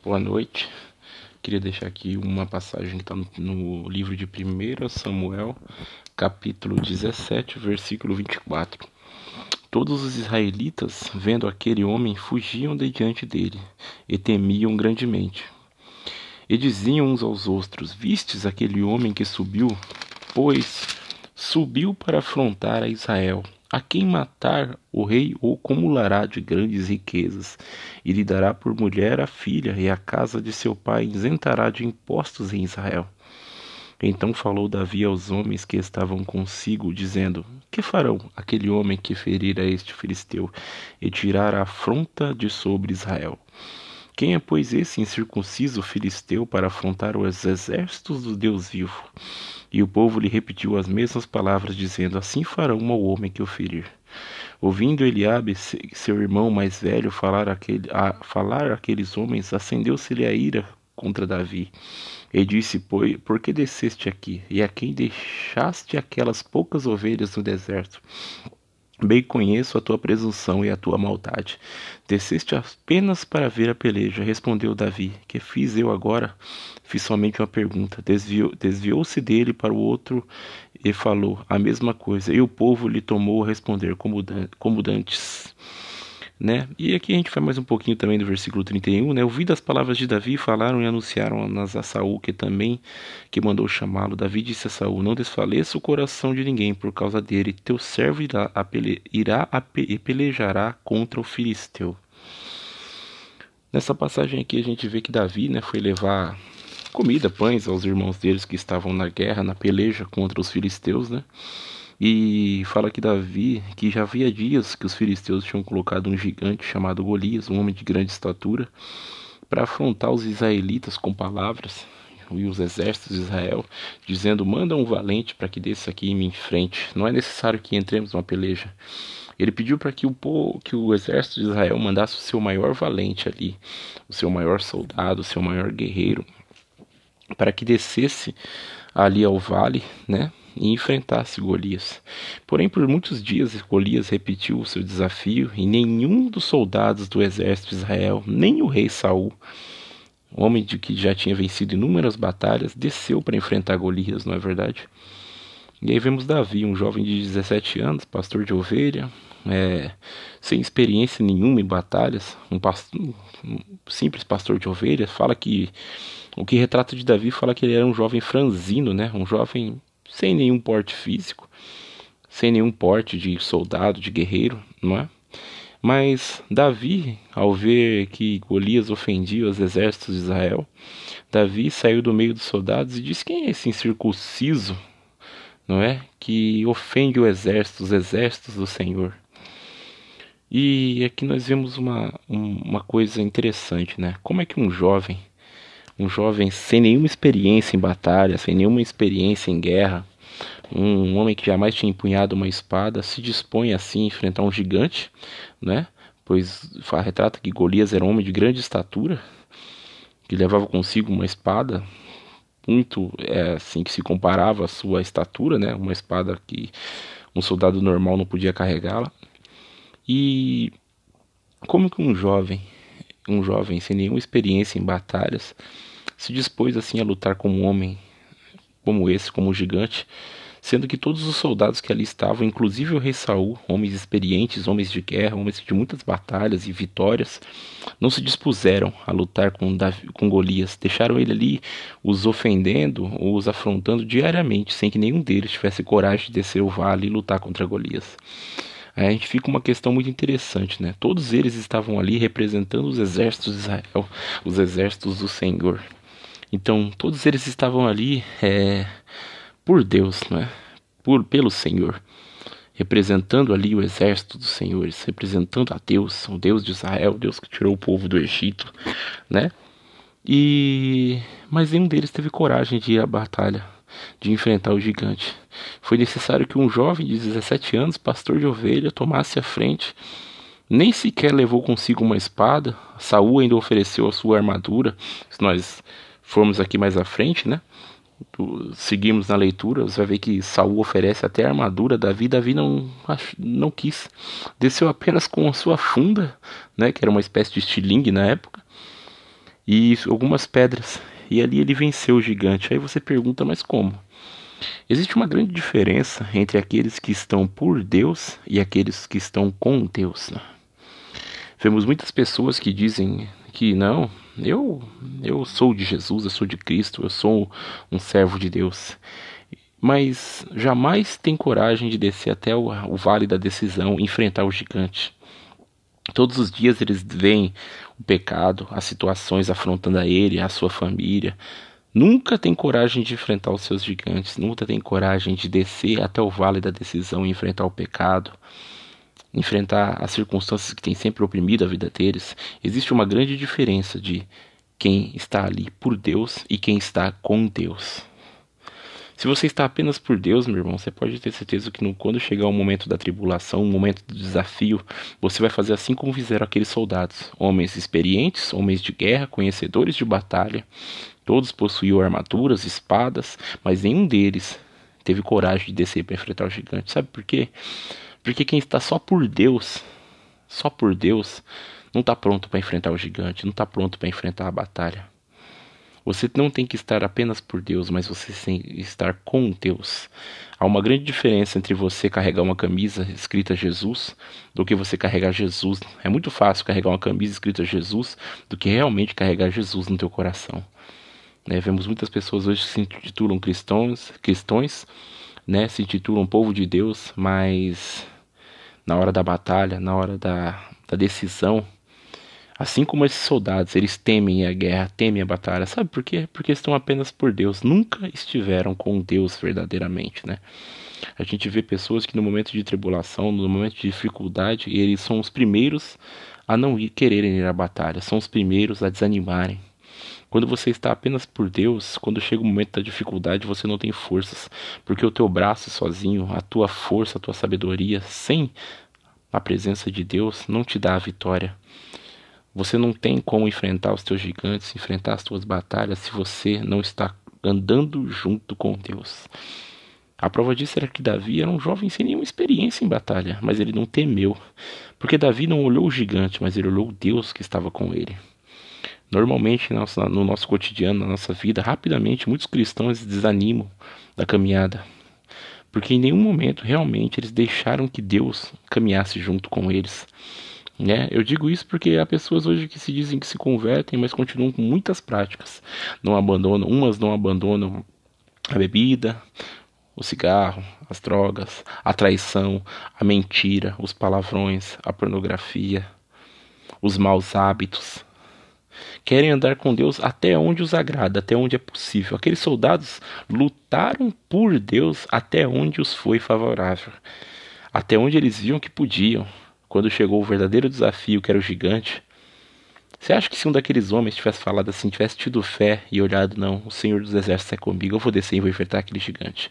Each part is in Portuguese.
Boa noite. Queria deixar aqui uma passagem que está no livro de 1 Samuel, capítulo 17, versículo 24. Todos os israelitas, vendo aquele homem, fugiam de diante dele e temiam grandemente. E diziam uns aos outros: Vistes aquele homem que subiu? Pois subiu para afrontar a Israel. A quem matar, o rei o acumulará de grandes riquezas, e lhe dará por mulher a filha, e a casa de seu pai isentará de impostos em Israel. Então falou Davi aos homens que estavam consigo, dizendo: Que farão aquele homem que ferir a este filisteu, e tirar a afronta de sobre Israel? Quem é, pois, esse incircunciso filisteu para afrontar os exércitos do Deus vivo? E o povo lhe repetiu as mesmas palavras, dizendo: Assim farão ao homem que o ferir. Ouvindo Eliabe, seu irmão mais velho, falar aqueles homens, acendeu-se-lhe a ira contra Davi. E disse: Por que desceste aqui? E a quem deixaste aquelas poucas ovelhas no deserto? Bem conheço a tua presunção e a tua maldade. Desceste apenas para ver a peleja, respondeu Davi. Que fiz eu agora? Fiz somente uma pergunta. Desviou-se dele para o outro e falou a mesma coisa. E o povo lhe tomou a responder como dantes. Né? E aqui a gente vai mais um pouquinho também do versículo 31, né? Ouvindo as palavras de Davi, falaram e anunciaram-nas a Saul, que mandou chamá-lo. Davi disse a Saul: Não desfaleça o coração de ninguém por causa dele. Teu servo e pelejará contra o filisteu. Nessa passagem aqui a gente vê que Davi, né, foi levar comida, pães aos irmãos deles que estavam na guerra, na peleja contra os filisteus, né? E fala que Davi, que já havia dias que os filisteus tinham colocado um gigante chamado Golias, um homem de grande estatura, para afrontar os israelitas com palavras e os exércitos de Israel, dizendo: Manda um valente para que desça aqui em minha frente. Não é necessário que entremos numa peleja. Ele pediu para que o exército de Israel mandasse o seu maior valente ali, o seu maior soldado, o seu maior guerreiro, para que descesse ali ao vale, né? E enfrentasse Golias. Porém, por muitos dias, Golias repetiu o seu desafio e nenhum dos soldados do exército de Israel, nem o rei Saul, homem de que já tinha vencido inúmeras batalhas, desceu para enfrentar Golias, não é verdade? E aí vemos Davi, um jovem de 17 anos, pastor de ovelha, sem experiência nenhuma em batalhas, um simples pastor de ovelhas. Fala que o que retrata de Davi fala que ele era um jovem franzino, né? Um jovem sem nenhum porte físico, sem nenhum porte de soldado, de guerreiro, não é? Mas Davi, ao ver que Golias ofendia os exércitos de Israel, Davi saiu do meio dos soldados e disse: Quem é esse incircunciso, não é? Que ofende os exércitos do Senhor. E aqui nós vemos uma coisa interessante, né? Como é que um jovem sem nenhuma experiência em batalha, sem nenhuma experiência em guerra, um homem que jamais tinha empunhado uma espada, se dispõe assim a enfrentar um gigante, né? Pois retrata que Golias era um homem de grande estatura, que levava consigo uma espada muito assim que se comparava à sua estatura, né? Uma espada que um soldado normal não podia carregá-la. E como que um jovem sem nenhuma experiência em batalhas, se dispôs assim a lutar como um homem como esse, como um gigante, sendo que todos os soldados que ali estavam, inclusive o rei Saul, homens experientes, homens de guerra, homens de muitas batalhas e vitórias, não se dispuseram a lutar com Golias, deixaram ele ali os ofendendo ou os afrontando diariamente, sem que nenhum deles tivesse coragem de descer o vale e lutar contra Golias. Aí a gente fica uma questão muito interessante, né? Todos eles estavam ali representando os exércitos de Israel, os exércitos do Senhor. Então, todos eles estavam ali por Deus, não é? Pelo Senhor, representando ali o exército dos senhores, representando a Deus, o Deus de Israel, o Deus que tirou o povo do Egito, né? Mas nenhum deles teve coragem de ir à batalha, de enfrentar o gigante. Foi necessário que um jovem de 17 anos, pastor de ovelha, tomasse a frente. Nem sequer levou consigo uma espada. Saul ainda ofereceu a sua armadura. Se nós formos aqui mais à frente, né? Seguimos na leitura, você vai ver que Saul oferece até a armadura. Davi não quis. Desceu apenas com a sua funda, né? Que era uma espécie de estilingue na época. e algumas pedras. E ali ele venceu o gigante. Aí você pergunta, mas como? Existe uma grande diferença entre aqueles que estão por Deus e aqueles que estão com Deus, né? Vemos muitas pessoas que dizem que não, eu sou de Jesus, eu sou de Cristo, eu sou um servo de Deus. Mas jamais tem coragem de descer até o vale da decisão, enfrentar o gigante. Todos os dias eles veem o pecado, as situações afrontando a ele, a sua família. Nunca tem coragem de enfrentar os seus gigantes, nunca tem coragem de descer até o vale da decisão e enfrentar o pecado, enfrentar as circunstâncias que têm sempre oprimido a vida deles. Existe uma grande diferença de quem está ali por Deus e quem está com Deus. Se você está apenas por Deus, meu irmão, você pode ter certeza que quando chegar o momento da tribulação, o momento do desafio, você vai fazer assim como fizeram aqueles soldados. Homens experientes, homens de guerra, conhecedores de batalha. Todos possuíam armaduras, espadas, mas nenhum deles teve coragem de descer para enfrentar o gigante. Sabe por quê? Porque quem está só por Deus, não está pronto para enfrentar o gigante, não está pronto para enfrentar a batalha. Você não tem que estar apenas por Deus, mas você tem que estar com Deus. Há uma grande diferença entre você carregar uma camisa escrita Jesus do que você carregar Jesus. É muito fácil carregar uma camisa escrita Jesus do que realmente carregar Jesus no teu coração. Vemos muitas pessoas hoje que se intitulam cristãos, né, se intitulam povo de Deus, mas na hora da batalha, na hora da decisão, assim como esses soldados, eles temem a guerra, temem a batalha. Sabe por quê? Porque estão apenas por Deus. Nunca estiveram com Deus verdadeiramente, né? A gente vê pessoas que no momento de tribulação, no momento de dificuldade, eles são os primeiros a não quererem ir à batalha. São os primeiros a desanimarem. Quando você está apenas por Deus, quando chega o momento da dificuldade, você não tem forças. Porque o teu braço sozinho, a tua força, a tua sabedoria, sem a presença de Deus, não te dá a vitória. Você não tem como enfrentar os teus gigantes, enfrentar as tuas batalhas, se você não está andando junto com Deus. A prova disso era que Davi era um jovem sem nenhuma experiência em batalha, mas ele não temeu. Porque Davi não olhou o gigante, mas ele olhou o Deus que estava com ele. Normalmente, no nosso cotidiano, na nossa vida, rapidamente, muitos cristãos desanimam da caminhada. Porque em nenhum momento, realmente, eles deixaram que Deus caminhasse junto com eles. Eu digo isso porque há pessoas hoje que se dizem que se convertem, mas continuam com muitas práticas. Umas não abandonam a bebida, o cigarro, as drogas, a traição, a mentira, os palavrões, a pornografia, os maus hábitos. Querem andar com Deus até onde os agrada, até onde é possível. Aqueles soldados lutaram por Deus até onde os foi favorável, até onde eles viam que podiam. Quando chegou o verdadeiro desafio, que era o gigante, você acha que se um daqueles homens tivesse falado assim, tivesse tido fé e olhado, não, o Senhor dos Exércitos é comigo, eu vou descer e vou enfrentar aquele gigante.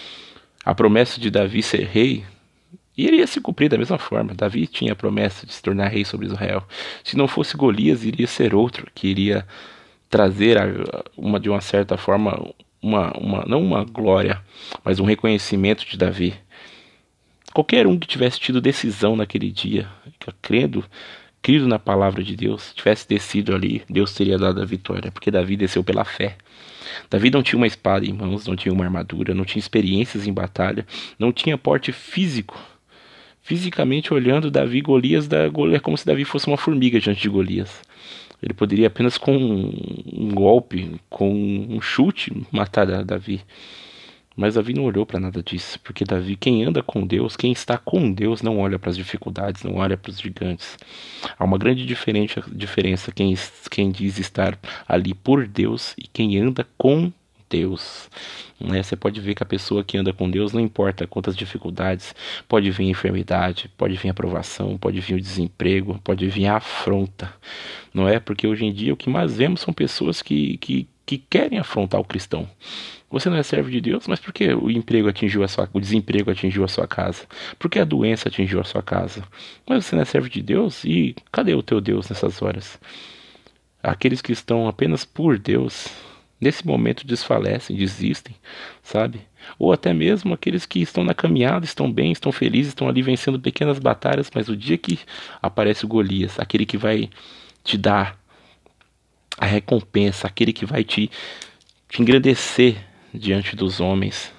A promessa de Davi ser rei iria se cumprir da mesma forma. Davi tinha a promessa de se tornar rei sobre Israel. Se não fosse Golias, iria ser outro, que iria trazer de uma certa forma, não uma glória, mas um reconhecimento de Davi. Qualquer um que tivesse tido decisão naquele dia, crido na palavra de Deus, tivesse descido ali, Deus teria dado a vitória, porque Davi desceu pela fé. Davi não tinha uma espada em mãos, não tinha uma armadura, não tinha experiências em batalha, não tinha porte físico. Fisicamente olhando, Golias é como se Davi fosse uma formiga diante de Golias. Ele poderia apenas com um golpe, com um chute, matar Davi. Mas Davi não olhou para nada disso, porque Davi, quem anda com Deus, quem está com Deus, não olha para as dificuldades, não olha para os gigantes. Há uma grande diferença quem diz estar ali por Deus e quem anda com Deus. Você pode ver que a pessoa que anda com Deus, não importa quantas dificuldades, pode vir a enfermidade, pode vir a provação, pode vir o desemprego, pode vir a afronta. Não é? Porque hoje em dia o que mais vemos são pessoas que querem afrontar o cristão. Você não é servo de Deus, mas por que o desemprego atingiu a sua casa? Por que a doença atingiu a sua casa? Mas você não é servo de Deus? E cadê o teu Deus nessas horas? Aqueles que estão apenas por Deus, nesse momento desfalecem, desistem, sabe? Ou até mesmo aqueles que estão na caminhada, estão bem, estão felizes, estão ali vencendo pequenas batalhas, mas o dia que aparece o Golias, aquele que vai te dar a recompensa, aquele que vai te engrandecer diante dos homens,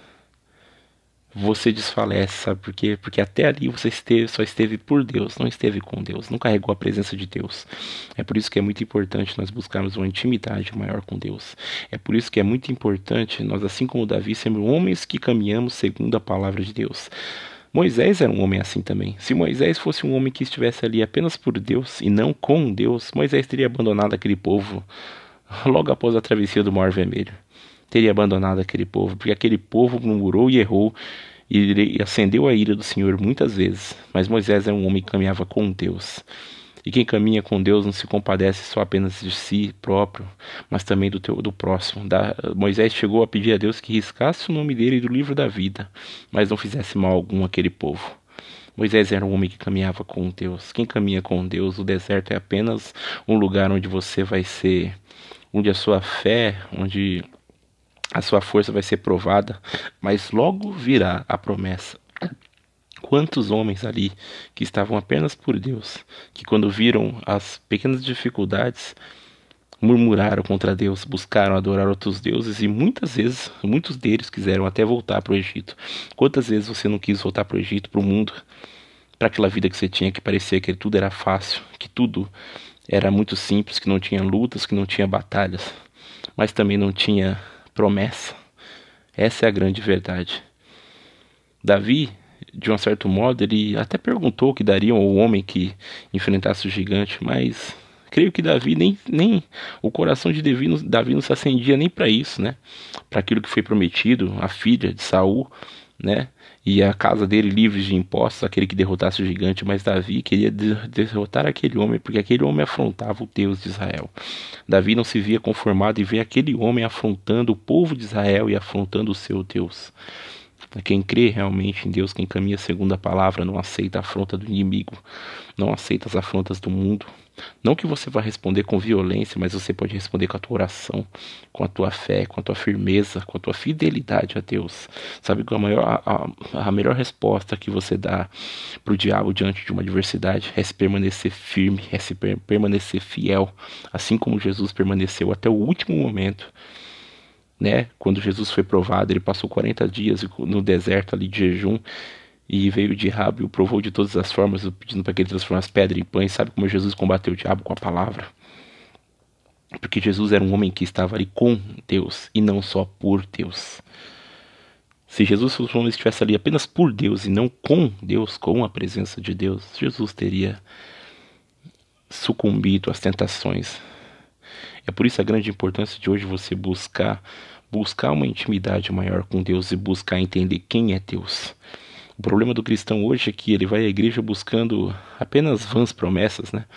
você desfalece, sabe por quê? Porque até ali você só esteve por Deus, não esteve com Deus, não carregou a presença de Deus. É por isso que é muito importante nós buscarmos uma intimidade maior com Deus. É por isso que é muito importante nós, assim como Davi, sermos homens que caminhamos segundo a palavra de Deus. Moisés era um homem assim também. Se Moisés fosse um homem que estivesse ali apenas por Deus e não com Deus, Moisés teria abandonado aquele povo logo após a travessia do Mar Vermelho. Teria abandonado aquele povo, porque aquele povo murmurou e errou e acendeu a ira do Senhor muitas vezes. Mas Moisés era um homem que caminhava com Deus. E quem caminha com Deus não se compadece só apenas de si próprio, mas também do próximo. Moisés chegou a pedir a Deus que riscasse o nome dele do livro da vida, mas não fizesse mal algum àquele povo. Moisés era um homem que caminhava com Deus. Quem caminha com Deus, o deserto é apenas um lugar onde você vai ser, onde a sua fé, onde a sua força vai ser provada, mas logo virá a promessa. Quantos homens ali que estavam apenas por Deus, que quando viram as pequenas dificuldades, murmuraram contra Deus, buscaram adorar outros deuses e muitas vezes, muitos deles quiseram até voltar para o Egito. Quantas vezes você não quis voltar para o Egito, para o mundo, para aquela vida que você tinha, que parecia que tudo era fácil, que tudo era muito simples, que não tinha lutas, que não tinha batalhas, mas também não tinha promessa? Essa é a grande verdade. Davi, de um certo modo, ele até perguntou o que daria ao homem que enfrentasse o gigante, mas creio que Davi nem o coração de Davi não se acendia nem para isso, né? Para aquilo que foi prometido, a filha de Saul, né? E a casa dele livre de impostos, aquele que derrotasse o gigante, mas Davi queria derrotar aquele homem, porque aquele homem afrontava o Deus de Israel. Davi não se via conformado em ver aquele homem afrontando o povo de Israel e afrontando o seu Deus. Quem crê realmente em Deus, quem caminha segundo a palavra, não aceita a afronta do inimigo, não aceita as afrontas do mundo. Não que você vá responder com violência, mas você pode responder com a tua oração, com a tua fé, com a tua firmeza, com a tua fidelidade a Deus. Sabe que a melhor resposta que você dá para o diabo diante de uma adversidade é se permanecer firme, é se permanecer fiel, assim como Jesus permaneceu até o último momento. Né? Quando Jesus foi provado, ele passou 40 dias no deserto ali de jejum, e veio o diabo e o provou de todas as formas, pedindo para que ele transformasse pedra em pães. Sabe como Jesus combateu o diabo? Com a palavra. Porque Jesus era um homem que estava ali com Deus e não só por Deus. Se Jesus fosse um homem que estivesse ali apenas por Deus e não com Deus, com a presença de Deus, Jesus teria sucumbido às tentações. É por isso a grande importância de hoje você buscar uma intimidade maior com Deus e buscar entender quem é Deus. O problema do cristão hoje é que ele vai à igreja buscando apenas vãs promessas, né?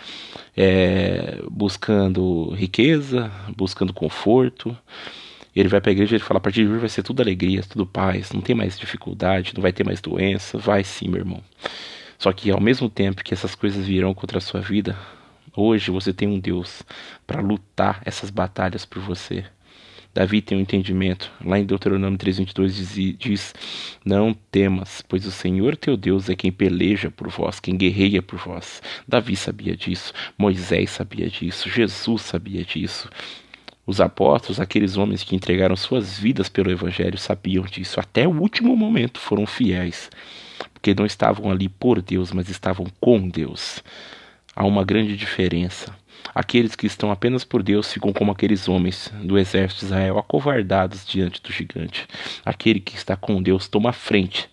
Buscando riqueza, buscando conforto. Ele vai para a igreja e ele fala: a partir de hoje vai ser tudo alegria, tudo paz, não tem mais dificuldade, não vai ter mais doença. Vai sim, meu irmão. Só que ao mesmo tempo que essas coisas virão contra a sua vida, hoje você tem um Deus para lutar essas batalhas por você. Davi tem um entendimento. Lá em Deuteronômio 3:22 diz: não temas, pois o Senhor teu Deus é quem peleja por vós, quem guerreia por vós. Davi sabia disso, Moisés sabia disso, Jesus sabia disso. Os apóstolos, aqueles homens que entregaram suas vidas pelo Evangelho, sabiam disso. Até o último momento foram fiéis, porque não estavam ali por Deus, mas estavam com Deus. Há uma grande diferença. Aqueles que estão apenas por Deus ficam como aqueles homens do exército de Israel, acovardados diante do gigante. Aquele que está com Deus toma a frente.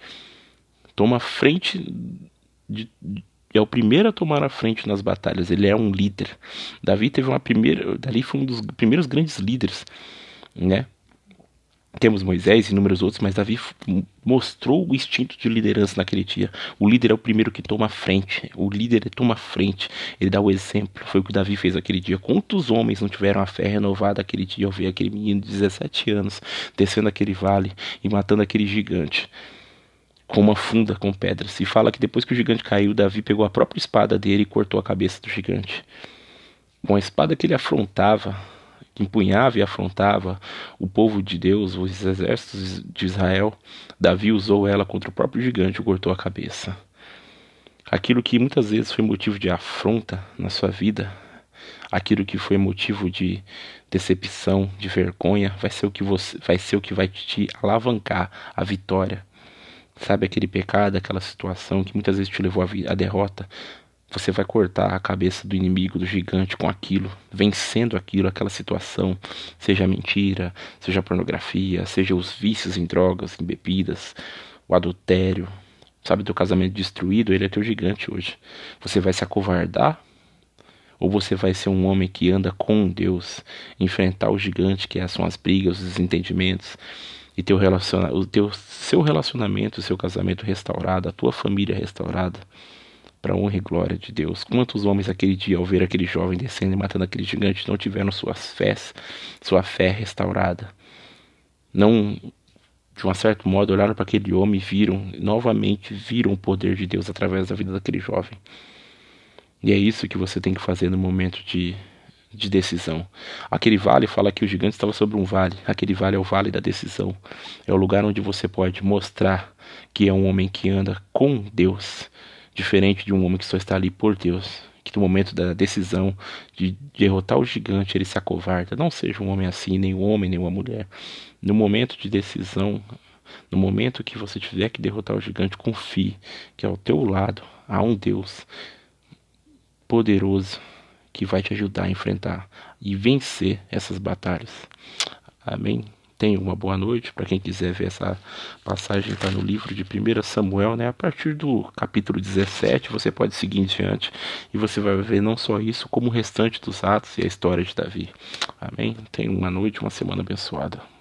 É o primeiro a tomar a frente nas batalhas. Ele é um líder. Davi foi um dos primeiros grandes líderes, né? Temos Moisés e inúmeros outros, mas Davi mostrou o instinto de liderança naquele dia. O líder é o primeiro que toma a frente. O líder toma a frente. Ele dá o exemplo. Foi o que Davi fez aquele dia. Quantos homens não tiveram a fé renovada aquele dia ao ver aquele menino de 17 anos descendo aquele vale e matando aquele gigante com uma funda com pedras? Se fala que depois que o gigante caiu, Davi pegou a própria espada dele e cortou a cabeça do gigante. Com a espada que ele afrontava, empunhava e afrontava o povo de Deus, os exércitos de Israel, Davi usou ela contra o próprio gigante e cortou a cabeça. Aquilo que muitas vezes foi motivo de afronta na sua vida, aquilo que foi motivo de decepção, de vergonha, vai ser o que vai te alavancar a vitória. Sabe aquele pecado, aquela situação que muitas vezes te levou à derrota? Você vai cortar a cabeça do inimigo, do gigante, com aquilo, vencendo aquilo, aquela situação, seja mentira, seja pornografia, seja os vícios em drogas, em bebidas, o adultério. Sabe, teu casamento destruído, ele é teu gigante hoje. Você vai se acovardar? Ou você vai ser um homem que anda com Deus, enfrentar o gigante que são as brigas, os desentendimentos, e seu relacionamento, o seu casamento restaurado, a tua família restaurada, para a honra e glória de Deus. Quantos homens aquele dia, ao ver aquele jovem descendo e matando aquele gigante, não tiveram sua fé restaurada? Não, de um certo modo, olharam para aquele homem e novamente viram o poder de Deus através da vida daquele jovem. E é isso que você tem que fazer no momento de decisão. Aquele vale fala que o gigante estava sobre um vale. Aquele vale é o vale da decisão. É o lugar onde você pode mostrar que é um homem que anda com Deus, diferente de um homem que só está ali por Deus. Que no momento da decisão de derrotar o gigante, ele se acovarda. Não seja um homem assim, nem um homem, nem uma mulher. No momento de decisão, no momento que você tiver que derrotar o gigante, confie que ao teu lado há um Deus poderoso que vai te ajudar a enfrentar e vencer essas batalhas. Amém? Tenha uma boa noite. Para quem quiser ver essa passagem, está no livro de 1 Samuel, né? A partir do capítulo 17, você pode seguir em diante e você vai ver não só isso, como o restante dos atos e a história de Davi. Amém? Tenha uma noite, uma semana abençoada.